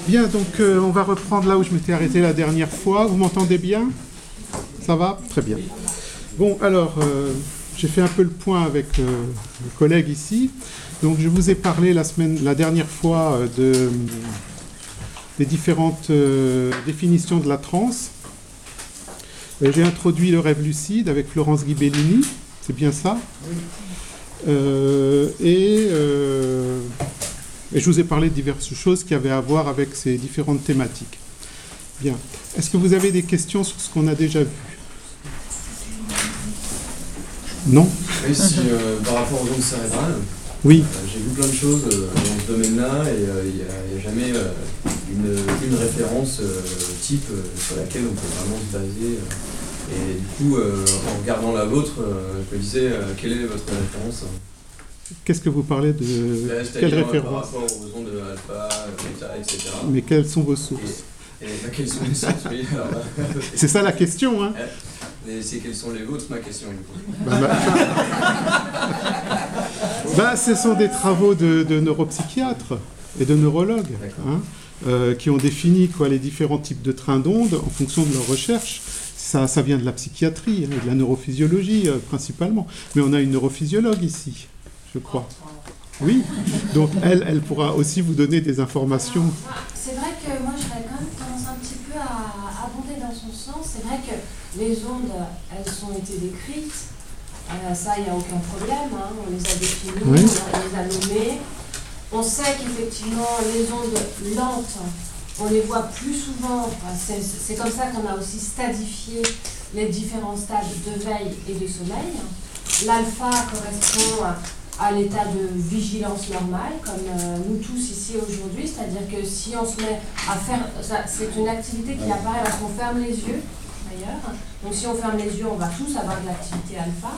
Bien, donc on va reprendre là où je m'étais arrêté la dernière fois. Vous m'entendez bien? Ça va? Très bien. Bon, alors, j'ai fait un peu le point avec mes collègues ici. Donc, je vous ai parlé la dernière fois des différentes définitions de la transe. J'ai introduit le rêve lucide avec Florence Ghibellini. C'est bien ça? Oui. Et je vous ai parlé de diverses choses qui avaient à voir avec ces différentes thématiques. Bien. Est-ce que vous avez des questions sur ce qu'on a déjà vu? Non? Oui, par rapport aux ondes cérébrales, oui. J'ai vu plein de choses dans ce domaine-là et il n'y a jamais une référence type sur laquelle on peut vraiment se baser. Et du coup, en regardant la vôtre, je me disais, quelle est votre référence? Qu'est-ce que vous parlez de quelle référence? Par rapport aux ondes alpha, bêta, etc. Mais quelles sont vos sources? Quelles sont les sources? Oui, c'est ça la question, hein? C'est quelles sont les vôtres, ma question, du coup. Ce sont des travaux de neuropsychiatres et de neurologues, hein, qui ont défini les différents types de trains d'ondes en fonction de leurs recherches. Ça vient de la psychiatrie, hein, de la neurophysiologie principalement. Mais on a une neurophysiologue ici, je crois. Oui, donc elle pourra aussi vous donner des informations. C'est vrai que moi j'aurais quand même tendance un petit peu à abonder dans son sens. C'est vrai que les ondes, elles ont été décrites. Ça, il n'y a aucun problème. Hein. On les a définies, oui. On les a nommées. On sait qu'effectivement, les ondes lentes, on les voit plus souvent. C'est comme ça qu'on a aussi stadifié les différents stades de veille et de sommeil. L'alpha correspond à l'état de vigilance normale, comme nous tous ici aujourd'hui. C'est-à-dire que si on se met à faire... C'est une activité qui apparaît lorsqu'on ferme les yeux, d'ailleurs. Donc si on ferme les yeux, on va tous avoir de l'activité alpha.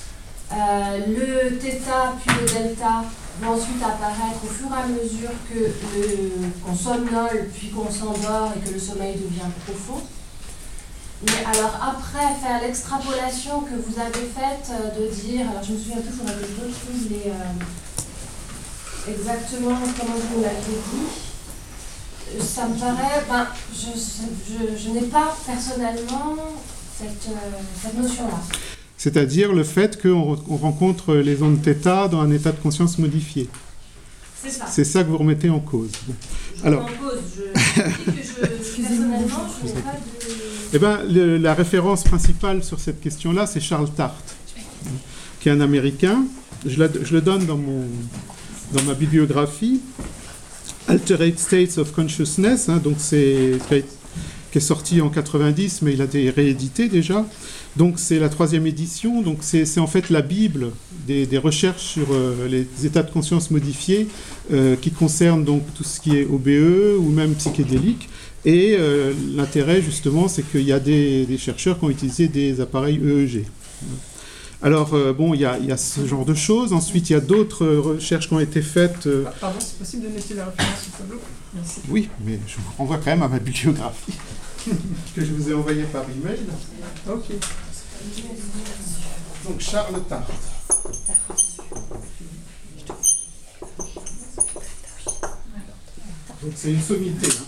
Le θ puis le delta vont ensuite apparaître au fur et à mesure qu'on somnole, puis qu'on s'endort et que le sommeil devient profond. Mais alors après, faire l'extrapolation que vous avez faite de dire, alors je me souviens plus, il faudrait que je retrouve exactement comment vous l'avez dit. Ça me paraît, je n'ai pas personnellement cette notion-là. C'est-à-dire le fait qu'on rencontre les ondes θ dans un état de conscience modifié. C'est ça. C'est ça que vous remettez en cause. Bon. Alors, en cause, je dis que personnellement, je n'ai pas de... la référence principale sur cette question-là, c'est Charles Tart, qui est un Américain. Je le donne dans ma bibliographie. Altered States of Consciousness, hein, donc qui est sorti en 90, mais il a été réédité déjà. Donc c'est la 3e édition, donc c'est en fait la Bible des recherches sur les états de conscience modifiés qui concernent donc tout ce qui est OBE ou même psychédélique. Et l'intérêt justement, c'est qu'il y a des chercheurs qui ont utilisé des appareils EEG. Alors il y a ce genre de choses. Ensuite, il y a d'autres recherches qui ont été faites. Pardon, c'est possible de mettre la référence au tableau? Merci. Oui, mais je vous renvoie quand même à ma bibliographie que je vous ai envoyée par email. Ok. Donc Charles Tart. Donc c'est une sommité. Hein.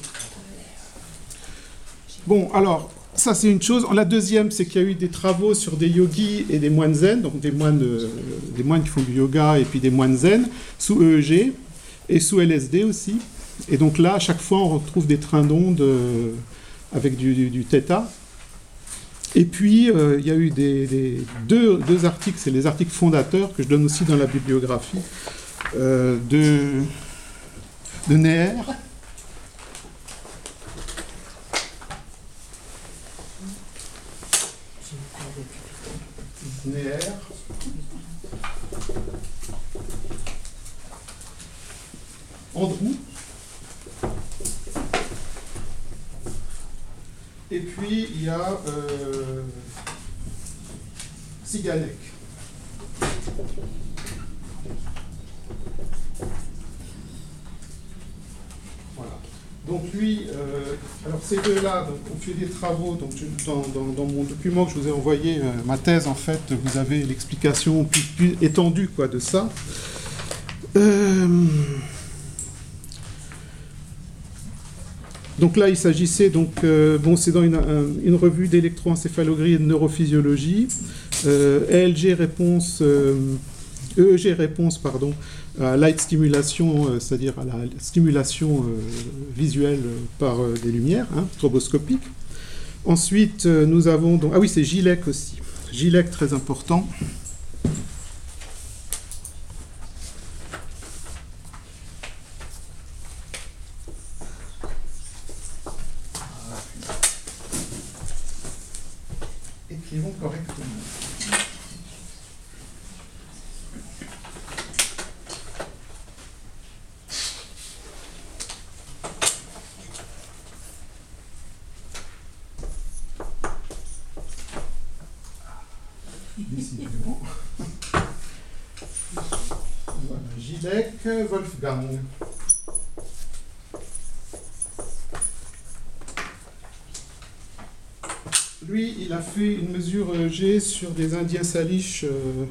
Bon, alors, ça c'est une chose. La deuxième, c'est qu'il y a eu des travaux sur des yogis et des moines zen, donc des moines qui font du yoga et puis des moines zen, sous EEG et sous LSD aussi. Et donc là, à chaque fois, on retrouve des trains d'ondes avec du θ. Et puis, il y a eu deux articles, c'est les articles fondateurs que je donne aussi dans la bibliographie, de Neher. Neher. Andrew. Et puis, il y a Siganek. Voilà. Donc lui, alors ces deux-là, on fait des travaux. Donc dans mon document que je vous ai envoyé, ma thèse, en fait, vous avez l'explication plus étendue de ça. Donc là, il s'agissait, c'est dans une revue d'électroencéphalographie et de neurophysiologie. EEG réponse, à light stimulation, c'est-à-dire à la stimulation visuelle par des lumières, stroboscopiques. Ensuite, nous avons donc... Ah oui, c'est Gilek aussi. Gilek, très important. Écrivons correctement. Décidément. Voilà, Gilek, Wolfgang. Lui, il a fait une mesure G sur des Indiens Salish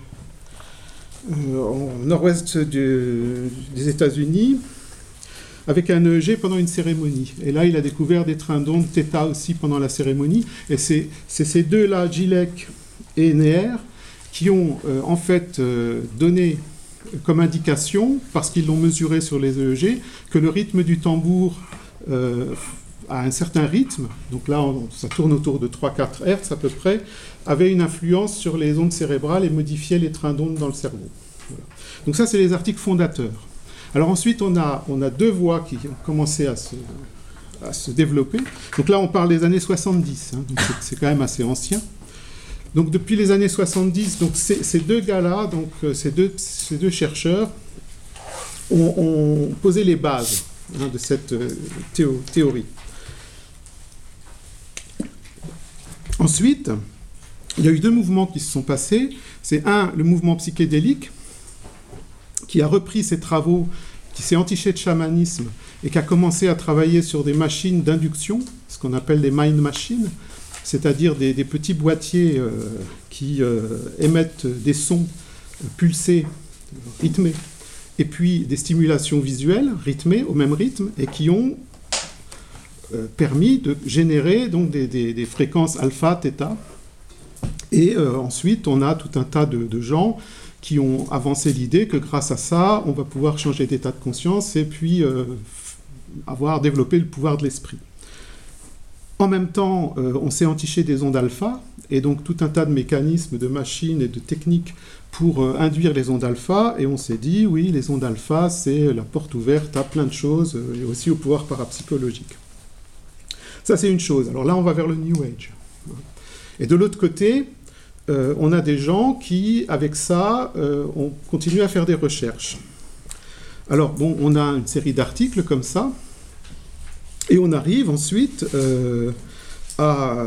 en nord-ouest des États-Unis, avec un EEG pendant une cérémonie. Et là, il a découvert des trains d'ondes θ aussi pendant la cérémonie. Et c'est ces deux-là, Gilek et Neher, qui ont en fait donné comme indication, parce qu'ils l'ont mesuré sur les EEG, que le rythme du tambour à un certain rythme, donc là ça tourne autour de 3-4 Hz à peu près, avait une influence sur les ondes cérébrales et modifiait les trains d'ondes dans le cerveau. Voilà. Donc ça, c'est les articles fondateurs. Alors ensuite, on a deux voies qui ont commencé à se développer. Donc là, on parle des années 70, donc c'est quand même assez ancien. Donc depuis les années 70, donc ces deux gars-là, donc ces deux chercheurs, ont posé les bases de cette théorie. Ensuite, il y a eu deux mouvements qui se sont passés. C'est le mouvement psychédélique, qui a repris ses travaux, qui s'est entiché de chamanisme et qui a commencé à travailler sur des machines d'induction, ce qu'on appelle des mind machines, c'est-à-dire des petits boîtiers qui émettent des sons pulsés, rythmés, et puis des stimulations visuelles rythmées au même rythme, et qui ont permis de générer donc des fréquences alpha, θ. Et ensuite, on a tout un tas de gens qui ont avancé l'idée que grâce à ça, on va pouvoir changer d'état de conscience et puis développé le pouvoir de l'esprit. En même temps, on s'est entiché des ondes alpha, et donc tout un tas de mécanismes, de machines et de techniques pour induire les ondes alpha, et on s'est dit, oui, les ondes alpha, c'est la porte ouverte à plein de choses, et aussi au pouvoir parapsychologique. Ça, c'est une chose. Alors là, on va vers le New Age. Et de l'autre côté, on a des gens qui, avec ça, ont continué à faire des recherches. Alors, bon, on a une série d'articles comme ça, et on arrive ensuite à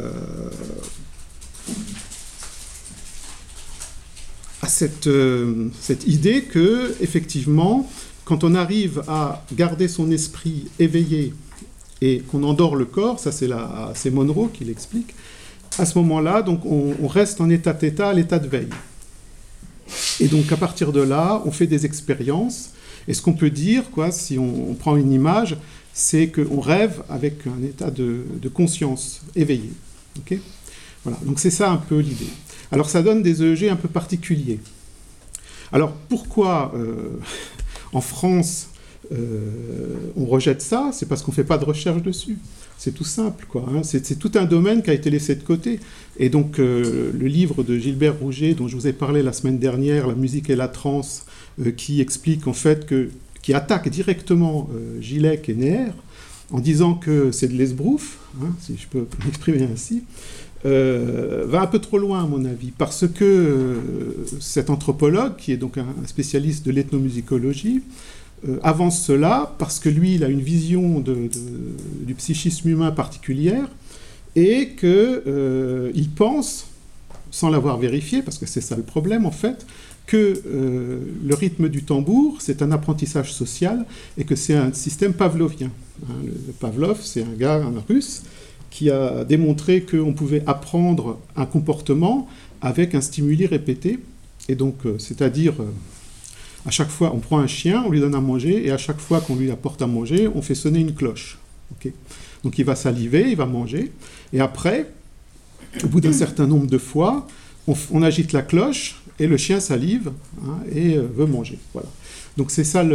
cette idée que, effectivement, quand on arrive à garder son esprit éveillé et qu'on endort le corps, ça c'est Monroe qui l'explique, à ce moment-là, donc on reste en état θ, à l'état de veille. Et donc à partir de là, on fait des expériences, et ce qu'on peut dire, si on prend une image, c'est qu'on rêve avec un état de conscience éveillé. Okay ? Voilà, donc c'est ça un peu l'idée. Alors ça donne des EEG un peu particuliers. Alors pourquoi en France on rejette ça? C'est parce qu'on ne fait pas de recherche dessus. C'est tout simple, C'est tout un domaine qui a été laissé de côté. Et donc le livre de Gilbert Rouget, dont je vous ai parlé la semaine dernière, La musique et la transe, qui explique en fait qui attaque directement Gilek et Neher, en disant que c'est de l'esbrouf, si je peux m'exprimer ainsi, va un peu trop loin à mon avis, parce que cet anthropologue, qui est donc un spécialiste de l'ethnomusicologie, avance cela parce que lui, il a une vision du psychisme humain particulière, et qu'il pense, sans l'avoir vérifié, parce que c'est ça le problème en fait, que le rythme du tambour, c'est un apprentissage social, et que c'est un système pavlovien. Le Pavlov, c'est un gars, un russe, qui a démontré qu'on pouvait apprendre un comportement avec un stimuli répété. Et donc, c'est-à-dire, à chaque fois, on prend un chien, on lui donne à manger, et à chaque fois qu'on lui apporte à manger, on fait sonner une cloche. Okay. Donc il va saliver, il va manger, et après, au bout d'un certain nombre de fois, on agite la cloche, et le chien salive, hein, et veut manger. Voilà. Donc c'est ça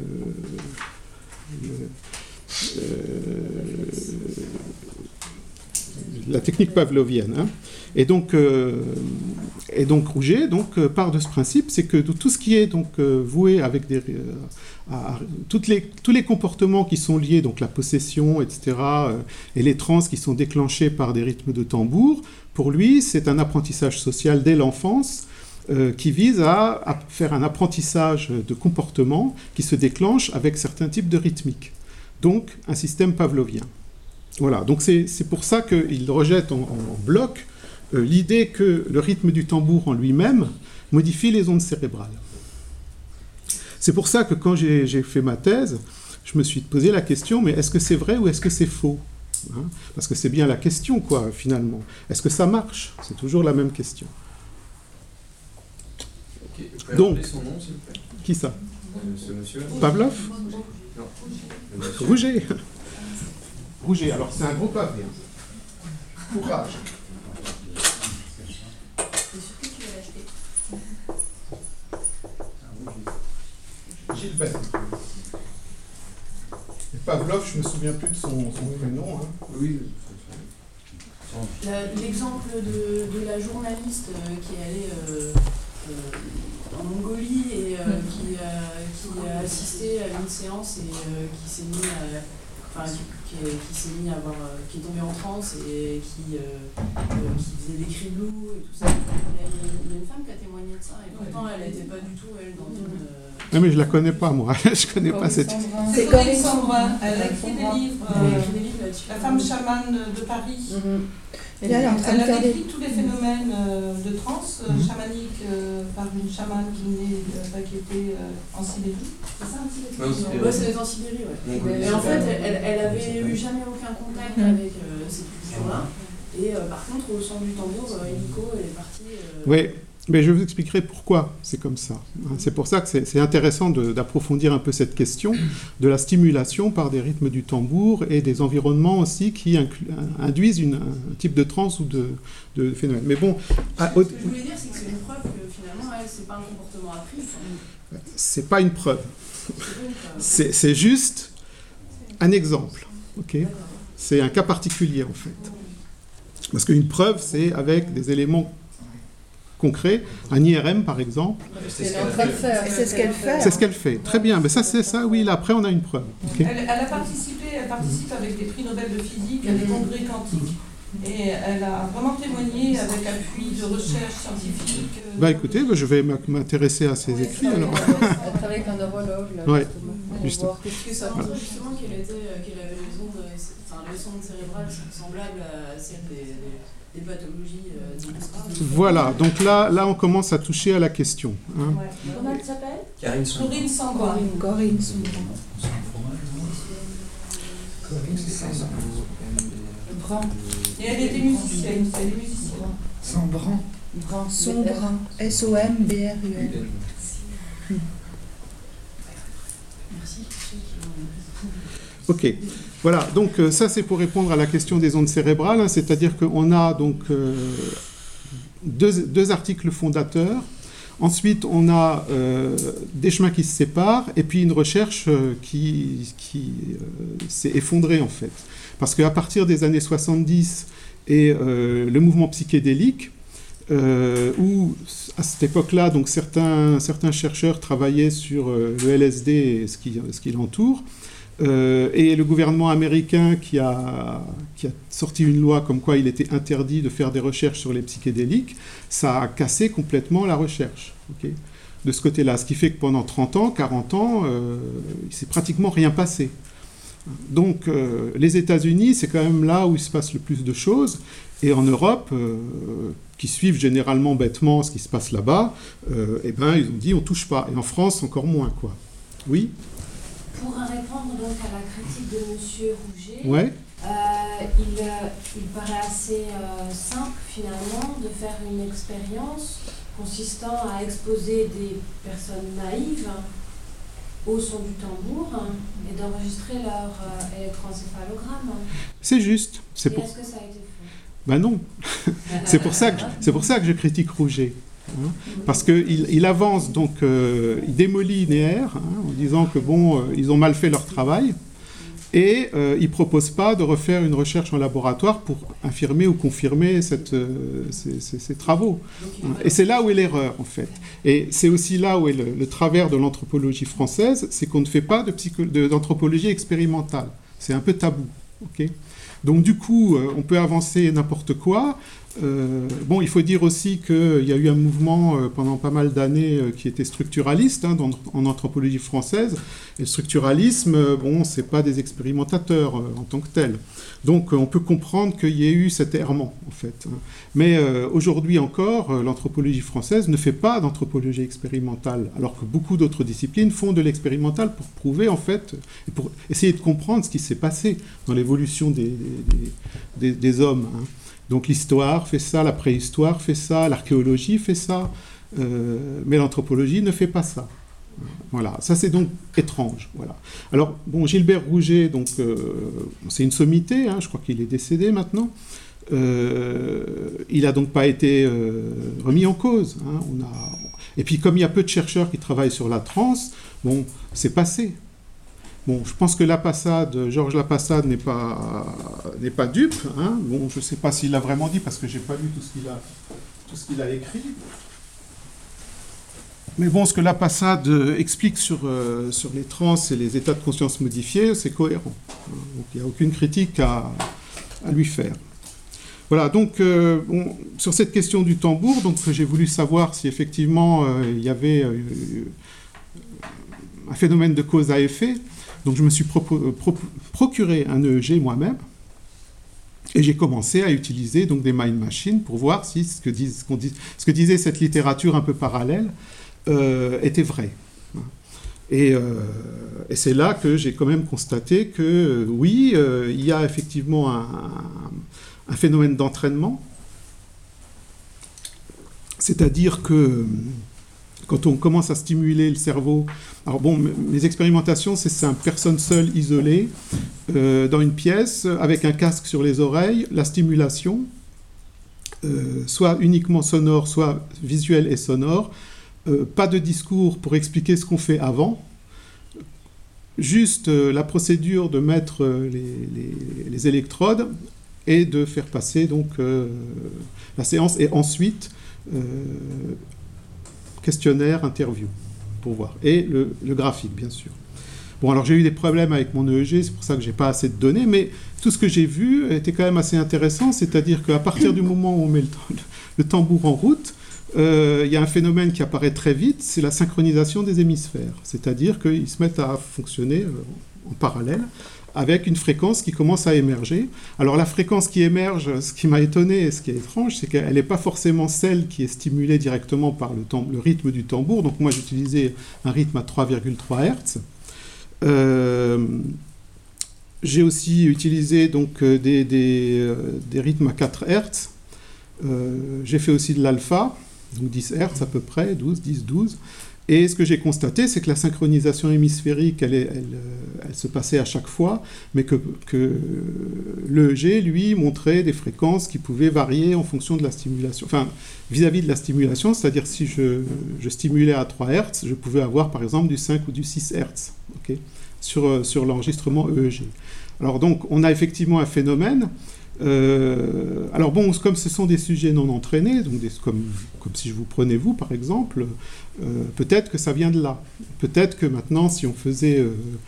la technique pavlovienne. Hein. Et donc Rouget part de ce principe, c'est que tout ce qui est voué avec tous les comportements qui sont liés, donc la possession, etc., et les transes qui sont déclenchées par des rythmes de tambour, pour lui, c'est un apprentissage social dès l'enfance qui vise à faire un apprentissage de comportement qui se déclenche avec certains types de rythmiques. Donc, un système pavlovien. Voilà, donc c'est pour ça qu'il rejette en bloc l'idée que le rythme du tambour en lui-même modifie les ondes cérébrales. C'est pour ça que quand j'ai fait ma thèse, je me suis posé la question, mais est-ce que c'est vrai ou est-ce que c'est faux, hein? Parce que c'est bien la question, quoi, finalement. Est-ce que ça marche? C'est toujours la même question. Okay. Vous pouvez Donc, rappeler son nom, s'il vous plaît? Qui ça? Ce monsieur? Pavlov? Non. Rouget. Rouget, alors c'est un gros pavé. Hein. Courage. Gilbert. Et Pavlov, je me souviens plus de son prénom. Hein. Oui. L'exemple de la journaliste qui est allée en Mongolie et qui a assisté à une séance et qui s'est mis qui est tombée en transe et qui faisait des cris de loup et tout ça. Il y a une femme qui a témoigné de ça et pourtant elle n'était pas du tout dans une... Non mais je la connais pas moi, je connais pas cette... C'est Corinne Sambrin, elle a écrit des livres, là-dessus. la femme chamane de Paris. Elle a décrit tous les phénomènes de transe chamanique par une chamane qui était en Sibérie. C'est ça, en Sibérie? Ouais, c'est en Sibérie, ouais. Et en fait, elle avait eu jamais aucun contact avec ces cultures-là. Et par contre, au son du tambour, Illico est parti... Oui, mais je vous expliquerai pourquoi c'est comme ça. C'est pour ça que c'est intéressant d'approfondir un peu cette question de la stimulation par des rythmes du tambour et des environnements aussi qui induisent un type de transe ou de phénomène. Mais bon... Ce que je voulais dire, c'est que c'est une preuve que finalement, c'est pas un comportement appris. C'est pas une preuve. C'est juste un exemple. Okay, c'est un cas particulier, en fait. Parce qu'une preuve, c'est avec des éléments concret, un IRM par exemple. C'est ce qu'elle fait. C'est ce qu'elle fait. Très bien. Mais ça, c'est ça. Oui, là, après, on a une preuve. Okay. Elle participe avec des prix Nobel de physique à des congrès quantiques. Et elle a vraiment témoigné avec appui de recherche scientifique. Écoutez, je vais m'intéresser à ses écrits alors. Elle travaille avec un neurologue là. Ouais, justement. Qu'est-ce que ça montre justement qu'elle avait les ondes cérébrales semblables à celles des pathologies Voilà, donc là on commence à toucher à la question. Hein. Ouais. Comment elle s'appelle? Corinne Sambrin. Corinne Sambrin. Et elle était musicienne, elle est musicienne. Sambrin. Sombrin. S-O-M-B-R-U-N. Merci. Ok, voilà, donc ça c'est pour répondre à la question des ondes cérébrales, hein, c'est-à-dire qu'on a donc deux articles fondateurs, ensuite on a des chemins qui se séparent, et puis une recherche qui s'est effondrée en fait. Parce qu'à partir des années 70 et le mouvement psychédélique, où à cette époque-là, donc certains chercheurs travaillaient sur le LSD et ce qui l'entoure, et le gouvernement américain qui a sorti une loi comme quoi il était interdit de faire des recherches sur les psychédéliques, ça a cassé complètement la recherche, okay, de ce côté-là. Ce qui fait que pendant 30 ans, 40 ans, il ne s'est pratiquement rien passé. Donc les États-Unis, c'est quand même là où il se passe le plus de choses, et en Europe, qui suivent généralement bêtement ce qui se passe là-bas, eh ben, ils ont dit on ne touche pas, et en France encore moins, quoi. Oui. Pour répondre donc à la critique de M. Rouget, ouais. Il paraît assez simple finalement de faire une expérience consistant à exposer des personnes naïves au son du tambour et d'enregistrer leur électroencéphalogramme. C'est juste. Et est-ce que ça a été fait? Ben non. C'est pour ça que je critique Rouget. Hein, parce qu'il avance, donc il démolit INER en disant que ils ont mal fait leur travail. Et il ne propose pas de refaire une recherche en laboratoire pour infirmer ou confirmer ces travaux. Et c'est là où est l'erreur, en fait. Et c'est aussi là où est le travers de l'anthropologie française, c'est qu'on ne fait pas d'anthropologie expérimentale. C'est un peu tabou. Okay, donc du coup, on peut avancer n'importe quoi. Il faut dire aussi qu'il y a eu un mouvement pendant pas mal d'années qui était structuraliste en anthropologie française. Et le structuralisme, c'est pas des expérimentateurs en tant que tels. Donc on peut comprendre qu'il y ait eu cet errement, en fait. Mais aujourd'hui encore, l'anthropologie française ne fait pas d'anthropologie expérimentale, alors que beaucoup d'autres disciplines font de l'expérimental pour prouver, en fait, et pour essayer de comprendre ce qui s'est passé dans l'évolution des hommes. Hein. Donc l'histoire fait ça, la préhistoire fait ça, l'archéologie fait ça, mais l'anthropologie ne fait pas ça. Voilà, ça c'est donc étrange. Voilà. Alors, Gilbert Rouget, donc, c'est une sommité, je crois qu'il est décédé maintenant. Il n'a donc pas été remis en cause. Et puis comme il y a peu de chercheurs qui travaillent sur la transe, c'est passé. Je pense que Georges Lapassade n'est pas dupe. Je ne sais pas s'il l'a vraiment dit parce que je n'ai pas lu tout ce qu'il a écrit. Mais ce que Lapassade explique sur les trans et les états de conscience modifiés, c'est cohérent. Donc il n'y a aucune critique à lui faire. Voilà, donc sur cette question du tambour, j'ai voulu savoir si effectivement il y avait un phénomène de cause à effet. Donc je me suis procuré un EEG moi-même et j'ai commencé à utiliser donc des mind machines pour voir si ce que disait cette littérature un peu parallèle était vrai. Et c'est là que j'ai quand même constaté que oui, il y a effectivement un phénomène d'entraînement, c'est-à-dire que quand on commence à stimuler le cerveau... Alors mes expérimentations, c'est simple. Personne seule, isolée, dans une pièce, avec un casque sur les oreilles, la stimulation, soit uniquement sonore, soit visuelle et sonore, pas de discours pour expliquer ce qu'on fait avant, juste la procédure de mettre les électrodes et de faire passer donc, la séance, et ensuite... questionnaire, interview, pour voir. Et le graphique, bien sûr. Alors j'ai eu des problèmes avec mon EEG, c'est pour ça que j'ai pas assez de données, mais tout ce que j'ai vu était quand même assez intéressant, c'est-à-dire qu'à partir du moment où on met le tambour en route, il y a un phénomène qui apparaît très vite, c'est la synchronisation des hémisphères. C'est-à-dire qu'ils se mettent à fonctionner en parallèle, avec une fréquence qui commence à émerger. Alors la fréquence qui émerge, ce qui m'a étonné et ce qui est étrange, c'est qu'elle n'est pas forcément celle qui est stimulée directement par le rythme du tambour. Donc moi j'utilisais un rythme à 3,3 Hz. J'ai aussi utilisé donc, des rythmes à 4 Hz. J'ai fait aussi de l'alpha, donc 10 Hz à peu près, 12, 10, 12. Et ce que j'ai constaté, c'est que la synchronisation hémisphérique, elle se passait à chaque fois, mais que l'EEG, lui, montrait des fréquences qui pouvaient varier en fonction de la stimulation. Enfin, vis-à-vis de la stimulation, c'est-à-dire si je stimulais à 3 Hz, je pouvais avoir par exemple du 5 ou du 6 Hz, okay, sur l'enregistrement EEG. Alors donc, on a effectivement un phénomène. Alors comme ce sont des sujets non entraînés, donc comme si je vous prenais vous par exemple, peut-être que ça vient de là. Peut-être que maintenant, si on faisait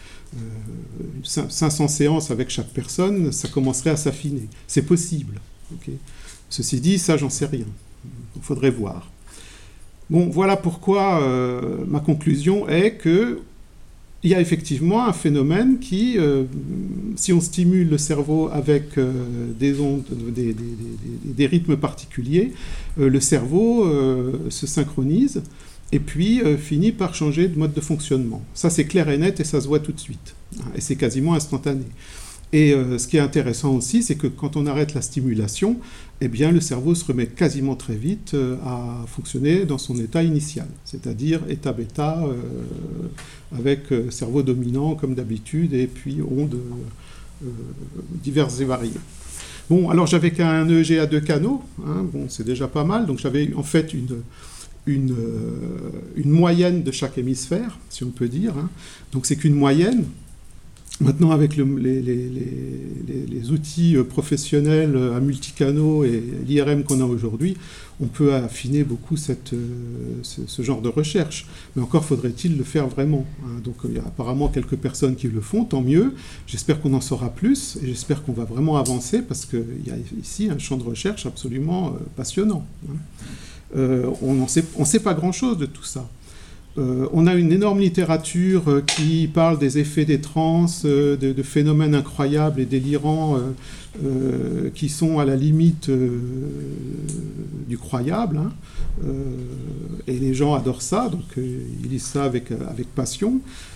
500 séances avec chaque personne, ça commencerait à s'affiner. C'est possible. Okay. Ceci dit, ça, j'en sais rien. Il faudrait voir. Voilà pourquoi ma conclusion est que il y a effectivement un phénomène qui, si on stimule le cerveau avec des ondes, des rythmes particuliers, le cerveau se synchronise et puis finit par changer de mode de fonctionnement. Ça, c'est clair et net et ça se voit tout de suite. Et c'est quasiment instantané. Et ce qui est intéressant aussi, c'est que quand on arrête la stimulation, eh bien, le cerveau se remet quasiment très vite à fonctionner dans son état initial, c'est-à-dire état bêta, avec cerveau dominant comme d'habitude, et puis ondes diverses et variées. Bon, alors j'avais qu'un EEG à 2 canaux, hein, bon, c'est déjà pas mal, donc j'avais en fait une moyenne de chaque hémisphère, si on peut dire, hein. Donc c'est qu'une moyenne. Maintenant, avec les outils professionnels à multicanaux et l'IRM qu'on a aujourd'hui, on peut affiner beaucoup ce genre de recherche. Mais encore faudrait-il le faire vraiment, hein. Donc il y a apparemment quelques personnes qui le font, tant mieux. J'espère qu'on en saura plus et j'espère qu'on va vraiment avancer parce qu'il y a ici un champ de recherche absolument passionnant, hein. On ne sait pas grand-chose de tout ça. On a une énorme littérature qui parle des effets des trans, de phénomènes incroyables et délirants qui sont à la limite du croyable, hein. Et les gens adorent ça, donc ils lisent ça avec passion.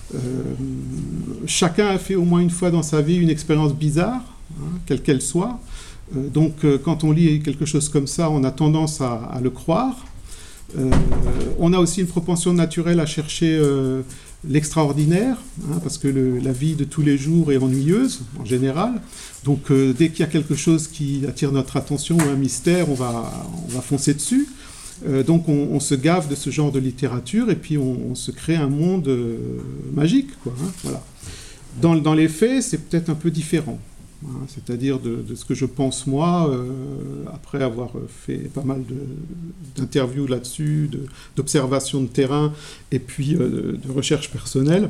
Chacun a fait au moins une fois dans sa vie une expérience bizarre, hein, quelle qu'elle soit. Donc quand on lit quelque chose comme ça, on a tendance à le croire. On a aussi une propension naturelle à chercher l'extraordinaire, hein, parce que la vie de tous les jours est ennuyeuse en général. Donc dès qu'il y a quelque chose qui attire notre attention ou un mystère, on va foncer dessus. Donc on se gave de ce genre de littérature et puis on se crée un monde magique, quoi, hein, voilà. Dans les faits, c'est peut-être un peu différent. C'est-à-dire de ce que je pense moi, après avoir fait pas mal d'interviews là-dessus, d'observations de terrain et puis de recherche personnelle,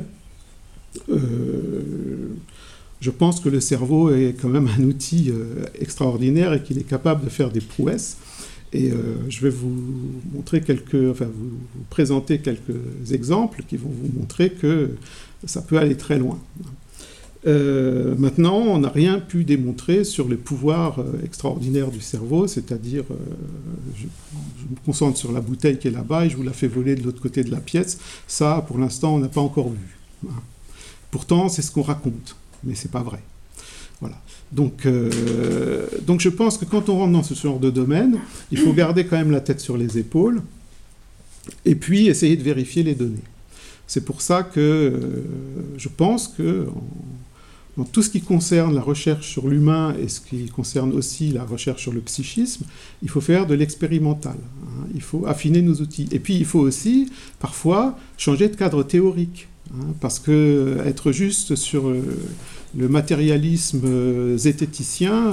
je pense que le cerveau est quand même un outil extraordinaire et qu'il est capable de faire des prouesses. Et je vais vous présenter quelques exemples qui vont vous montrer que ça peut aller très loin. Maintenant, on n'a rien pu démontrer sur les pouvoirs extraordinaires du cerveau, c'est-à-dire, je me concentre sur la bouteille qui est là-bas et je vous la fais voler de l'autre côté de la pièce. Ça, pour l'instant, on n'a pas encore vu. Pourtant, c'est ce qu'on raconte, mais c'est pas vrai. Voilà. Donc je pense que quand on rentre dans ce genre de domaine, il faut garder quand même la tête sur les épaules et puis essayer de vérifier les données. C'est pour ça que je pense que dans tout ce qui concerne la recherche sur l'humain et ce qui concerne aussi la recherche sur le psychisme, il faut faire de l'expérimental, hein. Il faut affiner nos outils. Et puis il faut aussi, parfois, changer de cadre théorique, hein, parce que être juste sur le matérialisme zététicien,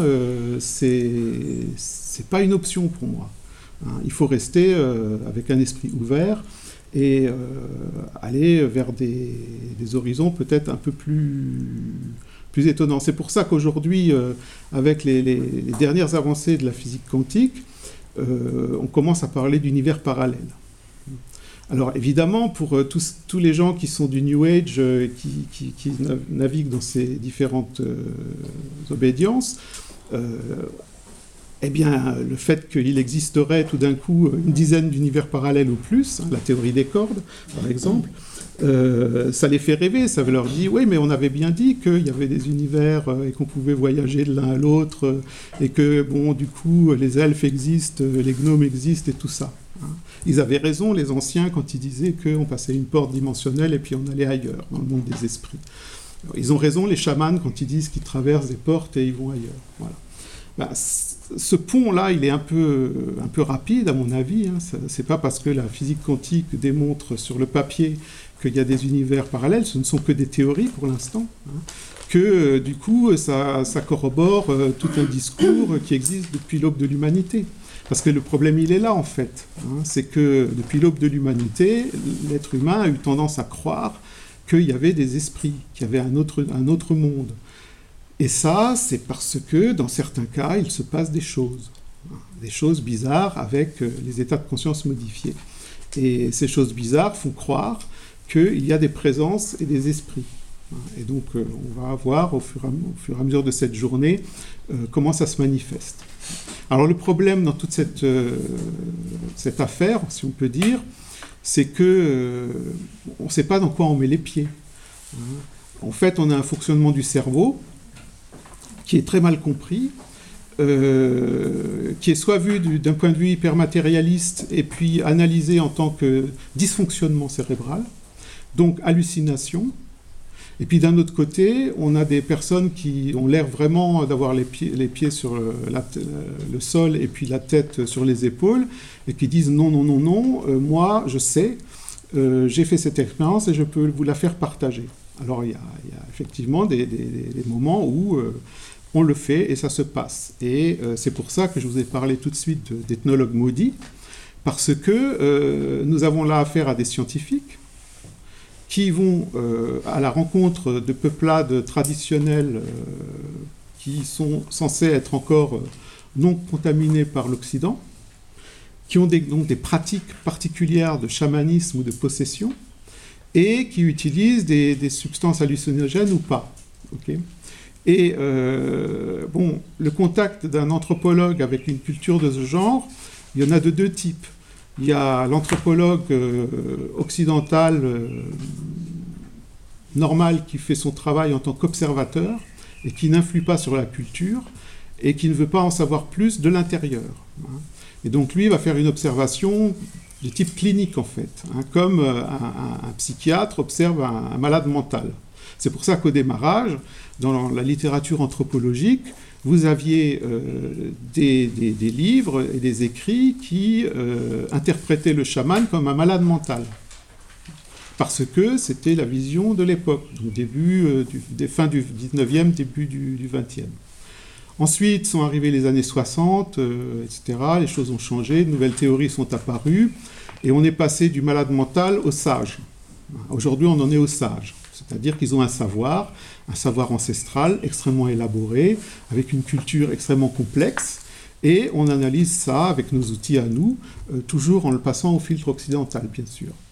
c'est pas une option pour moi, hein. Il faut rester avec un esprit ouvert et aller vers des horizons peut-être un peu plus étonnants. C'est pour ça qu'aujourd'hui, avec les dernières avancées de la physique quantique, on commence à parler d'univers parallèle. Alors évidemment, pour tous les gens qui sont du New Age, qui naviguent dans ces différentes obédiences, eh bien, le fait qu'il existerait tout d'un coup une dizaine d'univers parallèles ou plus, hein, la théorie des cordes, par exemple, ça les fait rêver. Ça leur dit, oui, mais on avait bien dit qu'il y avait des univers et qu'on pouvait voyager de l'un à l'autre et que, bon, du coup, les elfes existent, les gnomes existent et tout ça, hein. Ils avaient raison, les anciens, quand ils disaient qu'on passait une porte dimensionnelle et puis on allait ailleurs, dans le monde des esprits. Alors, ils ont raison, les chamans, quand ils disent qu'ils traversent des portes et ils vont ailleurs. Voilà. Ben, ce pont-là, il est un peu rapide, à mon avis, hein. C'est pas parce que la physique quantique démontre sur le papier qu'il y a des univers parallèles, ce ne sont que des théories pour l'instant, hein, que du coup, ça corrobore tout un discours qui existe depuis l'aube de l'humanité. Parce que le problème, il est là, en fait, hein. C'est que depuis l'aube de l'humanité, l'être humain a eu tendance à croire qu'il y avait des esprits, qu'il y avait un autre monde. Et ça, c'est parce que, dans certains cas, il se passe des choses bizarres avec les états de conscience modifiés. Et ces choses bizarres font croire qu'il y a des présences et des esprits. Et donc, on va voir au fur et à mesure de cette journée comment ça se manifeste. Alors, le problème dans toute cette affaire, si on peut dire, c'est que on ne sait pas dans quoi on met les pieds, hein. En fait, on a un fonctionnement du cerveau qui est très mal compris, qui est soit vu d'un point de vue hypermatérialiste et puis analysé en tant que dysfonctionnement cérébral, donc hallucination. Et puis d'un autre côté, on a des personnes qui ont l'air vraiment d'avoir les pieds sur le sol et puis la tête sur les épaules, et qui disent non, moi je sais, j'ai fait cette expérience et je peux vous la faire partager. Alors il y a effectivement des moments où on le fait et ça se passe. Et c'est pour ça que je vous ai parlé tout de suite d'ethnologues maudits, parce que nous avons là affaire à des scientifiques qui vont à la rencontre de peuplades traditionnelles qui sont censées être encore non contaminées par l'Occident, qui ont donc des pratiques particulières de chamanisme ou de possession, et qui utilisent des substances hallucinogènes ou pas. Okay. Et le contact d'un anthropologue avec une culture de ce genre, il y en a de deux types. Il y a l'anthropologue occidental normal qui fait son travail en tant qu'observateur et qui n'influe pas sur la culture et qui ne veut pas en savoir plus de l'intérieur. Et donc lui va faire une observation de type clinique en fait, comme un psychiatre observe un malade mental. C'est pour ça qu'au démarrage, dans la littérature anthropologique, vous aviez des livres et des écrits qui interprétaient le chaman comme un malade mental. Parce que c'était la vision de l'époque, donc fin du 19e, début du 20e. Ensuite sont arrivées les années 60, etc. Les choses ont changé, de nouvelles théories sont apparues, et on est passé du malade mental au sage. Aujourd'hui, on en est au sage. C'est-à-dire qu'ils ont un savoir ancestral extrêmement élaboré, avec une culture extrêmement complexe, et on analyse ça avec nos outils à nous, toujours en le passant au filtre occidental, bien sûr.